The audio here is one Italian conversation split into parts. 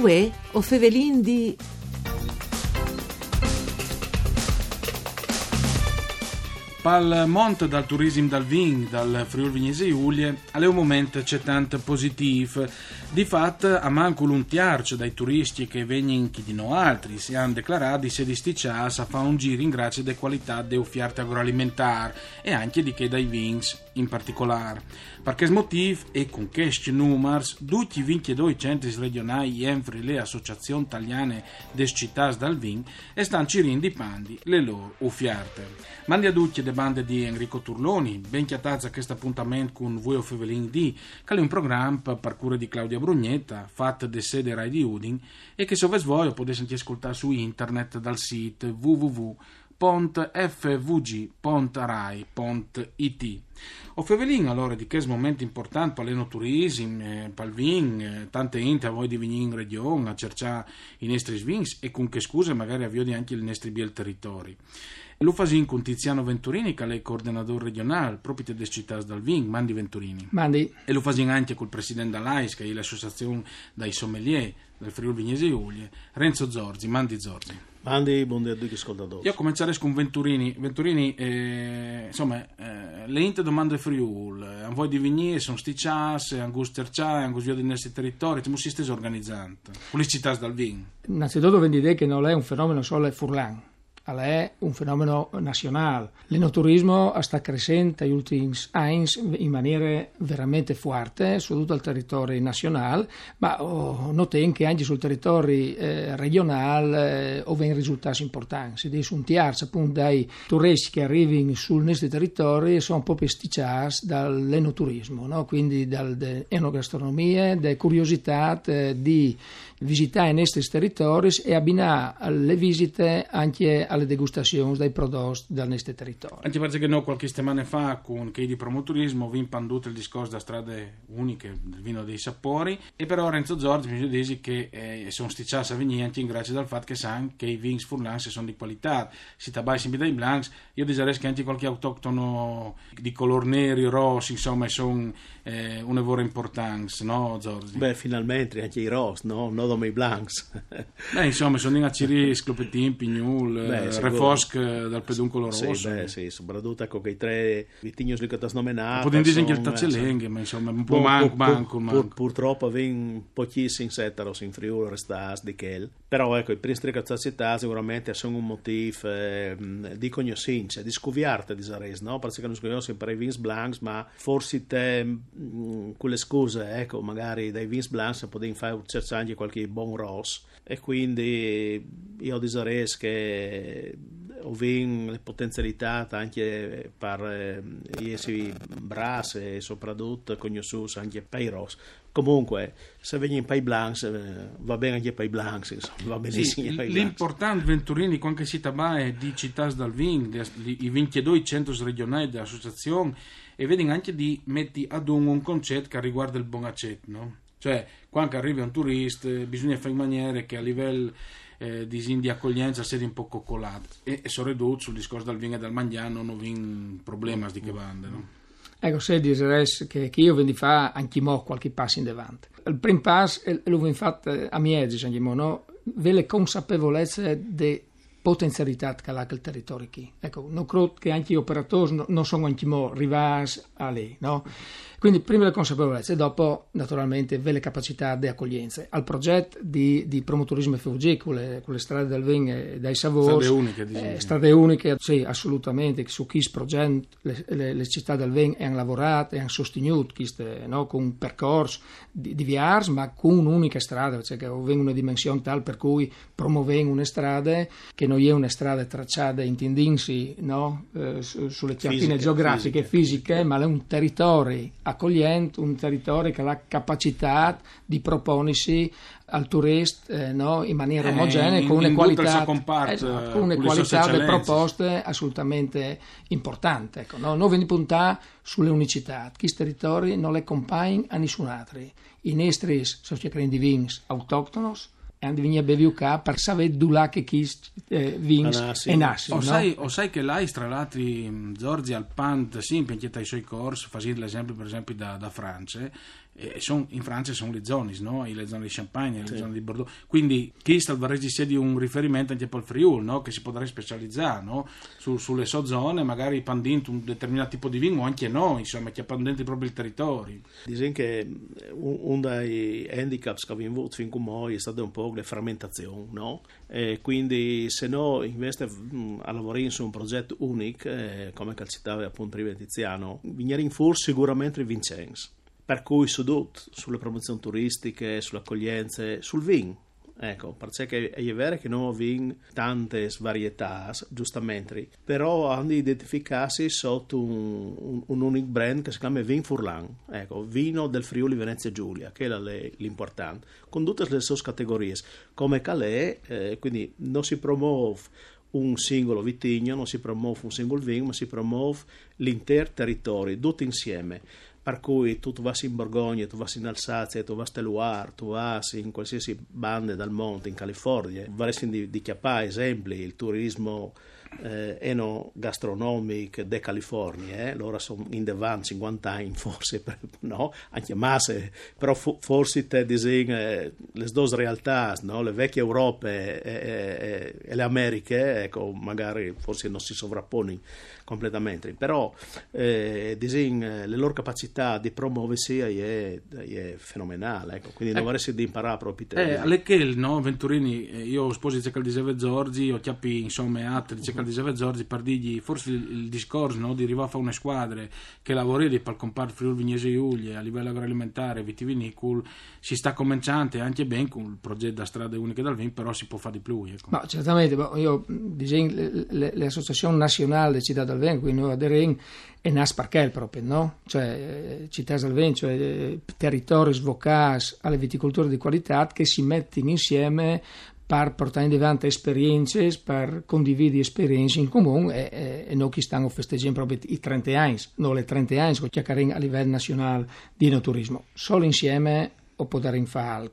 Uè, o Fevelin di... Pal monte dal turismo dal vin, dal Friuli Vignese Giulie, alle un momento c'è tanto positivo. Di fatto, a manco un tiarcio dai turisti che vengono chi di no altri, si hanno declarati se di sticcias a fare un giro in grazia delle qualità delle offerte agroalimentari e anche di che dai vins in particolare. Per questo motivo e con questi numeri, tutti i 22 centri regionali e le associazioni italiane des città dal vin e stanno cirindi pandi le loro offerte. Mandi a tutti le bande di Enrico Turloni, ben chiatazza questo appuntamento con voi o Fevelin D, che è un programma per cura di Claudia Brugnetta, fatto da sede Rai di Udin e che se voi potete ascoltare su internet dal sito www.fvg.rai.it. O Fevelin allora di che momento importante per l'enoturismo, per il vin, tante ente a voi di venire in regione a cercare i nostri vins e con che scuse magari avviodi anche il nostro bel territorio. Lo fasin con Tiziano Venturini, che è il coordinatore regionale, proprio delle città dal vin, Mandi Venturini. Mandi. E lo fasin anche col presidente dell'AIS, che è l'associazione dei sommelier del Friuli Vignese Giulie, Renzo Zorzi. Mandi Zorzi. Mandi, buongiorno agli ascoltatori. Io comincerei con Venturini. Venturini, insomma, le inte domande Friuli, a voi di Vignese sono sticciasse, angusterciasse, angusio di nostri territori, come si stesse organizzando? Con le città dal vin. Innanzitutto vendi dire che non è un fenomeno solo furlan. È un fenomeno nazionale. L'enoturismo sta crescendo negli ultimi anni in maniera veramente forte su tutto il territorio nazionale, ma notiamo che anche sul territorio regionale vengono risultati importanti. Si dice un terzo appunto dai turisti che arrivano sul nostro territorio sono proprio sticciati dall'enoturismo, no? Quindi dall'enogastronomia, da curiosità di visitare i nostri territori e abbinare le visite anche alle degustazioni dei prodotti dal nostro territorio. Anche perché noi qualche settimana fa con Chei di Promoturismo vi impandute il discorso da strade uniche del vino dei sapori e però Renzo Zorzi mi dice che sono sticciati a venire anche in grazia dal fatto che sanno che i vins furlans sono di qualità, si tabai sempre dai blancs, io direi che anche qualche autoctono di color nero, rosso, insomma sono una vera importanza, no Zorzi? Beh, finalmente anche i ross, no? Non come i blancs. Beh, insomma, sono in Aciri, Sclopetin, Pignul, Refosc dal peduncolo rosso. Sì, soprattutto con quei tre vitigni che ti nominati. Potete dire anche il Taccelenghe, ma insomma, un po' manco. Purtroppo vengono pochissimi setteros in Friuli, restas di quel. Però ecco, i primi città sicuramente sono un motivo di conoscenza, di scoviarte di Zares, no? Perché non scoviamo sempre i vins blancs, ma forse te con le scuse, ecco, magari dai vins blancs potevi fare cercare anche qualche buon ross e quindi io direi che ho le potenzialità anche per essere brass e soprattutto conosciuti anche per i ross. Comunque, se vengono in Pai Blancs, va bene anche Pai Blancs, insomma, va benissimo. Sì, l'importante, Venturini, quando si tratta di città dal vin, i 22 centri regionali dell'associazione, e vedi anche di mettere ad un concetto che riguarda il buon accetto, no? Cioè, quando arriva un turista, bisogna fare in maniera che a livello di accoglienza sia un po' coccolato e sono ridotto sul discorso dal vino e dal mangiano, non vi problemi di che bande, no? Ecco, se direi che io vendi fa anche mo qualche passo in davanti. Il primo passo lo vendi fatto a miezzi, anche mo, no? Vele consapevolezze di potenzialità che ha il territorio qui. Ecco, non credo che anche gli operatori non sono anche mo arrivati a lì, no? Quindi prima le consapevolezze e dopo naturalmente le capacità di accoglienza. Al progetto di promoturismo FVG con le strade del vin e dai savori. Strade uniche, sì, assolutamente. Su questo progetto le città del vin hanno lavorato e hanno sostenuto no, con un percorso di viars, ma con un'unica strada, cioè che vengono una dimensione tale per cui promuovono una strada che non è una strada tracciata in tendinsi, no, sulle chiappine geografiche, fisiche, ma è un territorio accogliente, un territorio che ha la capacità di proporsi al turista no, in maniera omogenea con una qualità di proposte assolutamente importante. Ecco, no? Noi dobbiamo puntare sulle unicità. Questi territori non le compagni a nessun altro. I nostri sono di vins autoctonos e hanno di bevuto per sapere dove che vins e nassi. O sai che là, tra l'altro, Zorzi al Pant, sì, impiegata i suoi corsi, facendo l'esempio per esempio da Francia, in Francia sono le zone, no? Le zone di Champagne, le zone di Bordeaux, quindi chi sta varregi sia di un riferimento anche per il Friuli, no? Che si potrebbe specializzare, no? Sulle sue zone, magari pandente un determinato tipo di vino, o anche no, insomma, che pandente proprio il territorio. Dicono che uno dei handicaps che abbiamo avuto fin come è stata un po' la frammentazione, no? Quindi se no invece a lavorare su un progetto unico, come citava appunto prima Tiziano, vignerin forse sicuramente i Vincenzi, per cui sulle promozioni turistiche, sulle accoglienze, sul vin. Ecco, perché è vero che non abbiamo tante varietà, giustamente, però hanno identificarsi sotto un unico brand che si chiama Vin Furlan, ecco, vino del Friuli Venezia Giulia, che è l'importante, con tutte le sue categorie, come Calais, quindi non si promuove un singolo vitigno, non si promuove un singolo vino, ma si promuove l'intero territorio, tutto insieme. Per cui tu vas in Borgogna, tu vas in Alsazia, tu vas in Loire, tu vas in qualsiasi bande del mondo, in California, vorresti di chiappare esempi, il turismo enogastronomico de California, loro sono in davanti 50 anni forse, no? Anche masse, però forse te disegni le due realtà, no? Le vecchie Europe e le Americhe, ecco, magari forse non si sovrappongono completamente, però disegni le loro capacità di promuoversi è fenomenale, ecco, quindi non vorresti di imparare proprio te. Alle che, no, Venturini, io sposi Ceccal di Seve Zorzi, ho chiappi insomma altri Ceccal di Seve Zorzi per dirgli forse il discorso, no, di arrivare a fare una squadra che lavori per il comparto Friuli Vignese Giulia a livello agroalimentare vitivinicolo si sta cominciando anche ben con il progetto da strade uniche dal vin, però si può fare di più, ecco. Ma certamente, io disegno le associazioni nazionali di città del Vin, quindi noi aderendo e nas perché proprio, no? Cioè città del Vin, cioè territori svocati alle viticolture di qualità che si mettono insieme per portare in avanti esperienze, per condividere esperienze in comune e noi che stiamo festeggiando proprio i 30 anni, non le 30 anni che chiacchierano a livello nazionale di enoturismo. Solo insieme o poter fare,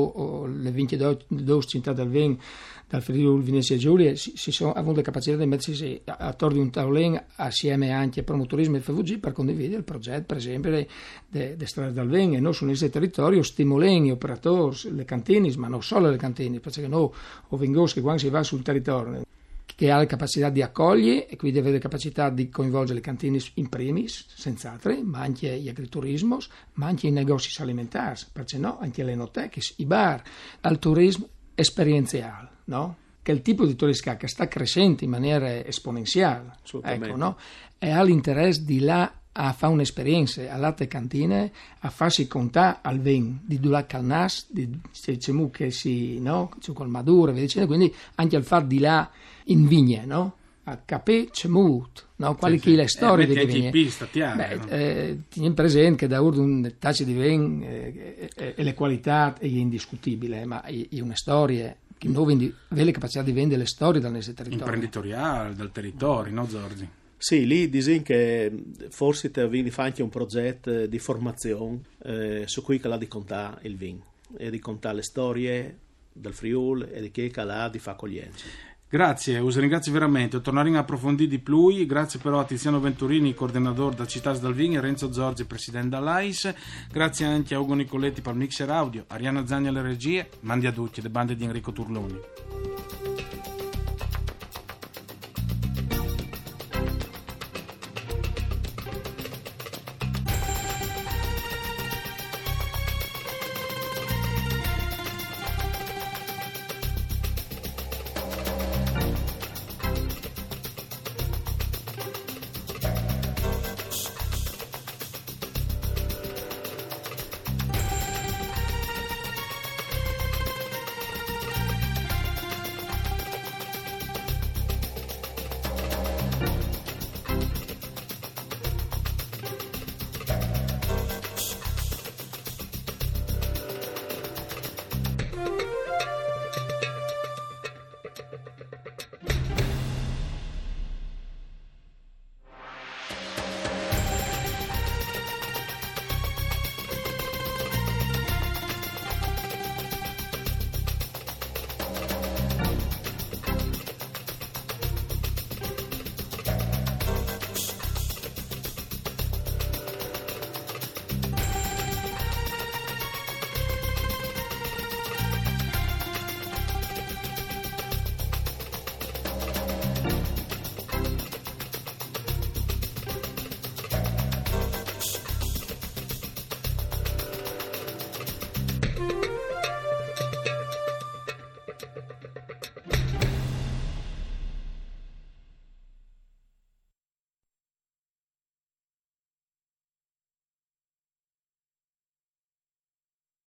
noi le 22 città del Vin dal Friuli Venezia Giulia si sono avuto la capacità di mettersi attorno di un tavolino assieme anche a Promoturismo e FVG per condividere il progetto, per esempio, di Strade del Vin, e noi su questo territorio stimoliamo gli operatori, le cantine, ma non solo le cantine, perché noi o vingos che quando si va sul territorio che ha la capacità di accogliere e quindi avere la capacità di coinvolgere le cantine in primis, senz'altro, ma anche gli agriturismi, ma anche i negozi alimentari, perché no, anche le enoteche, i bar, al turismo esperienziale, no? Che è il tipo di turismo che sta crescendo in maniera esponenziale, ecco, no? E ha l'interesse di là a fare un'esperienza all'altre cantine, a farsi contare al vin di Dulac al Nas, di Cemu che si, no? C'è col Maduro, quindi anche al fatto di là in vigne, no? A capire Cemut, no? Quali che le storie di vigne. Tieni presente che da un tacci di vin e le qualità è indiscutibile, ma è una storia che noi avere la capacità di vendere le storie dal nostro territorio. Imprenditoriale, dal territorio, no Zorzi? Sì, lì dicono che forse ti fa anche un progetto di formazione su cui la di contare il vino e di contare le storie del Friuli e di che la di fa accoglienza. Grazie, us ringrazio veramente. Torneremo a approfondire di più. Grazie però a Tiziano Venturini, coordinatore da Città del Vin, e Renzo Zorzi, presidente dell'AIS. Grazie anche a Ugo Nicoletti per il mixer audio, Arianna Zagni alle regie, mandi a tutti le bande di Enrico Turloni.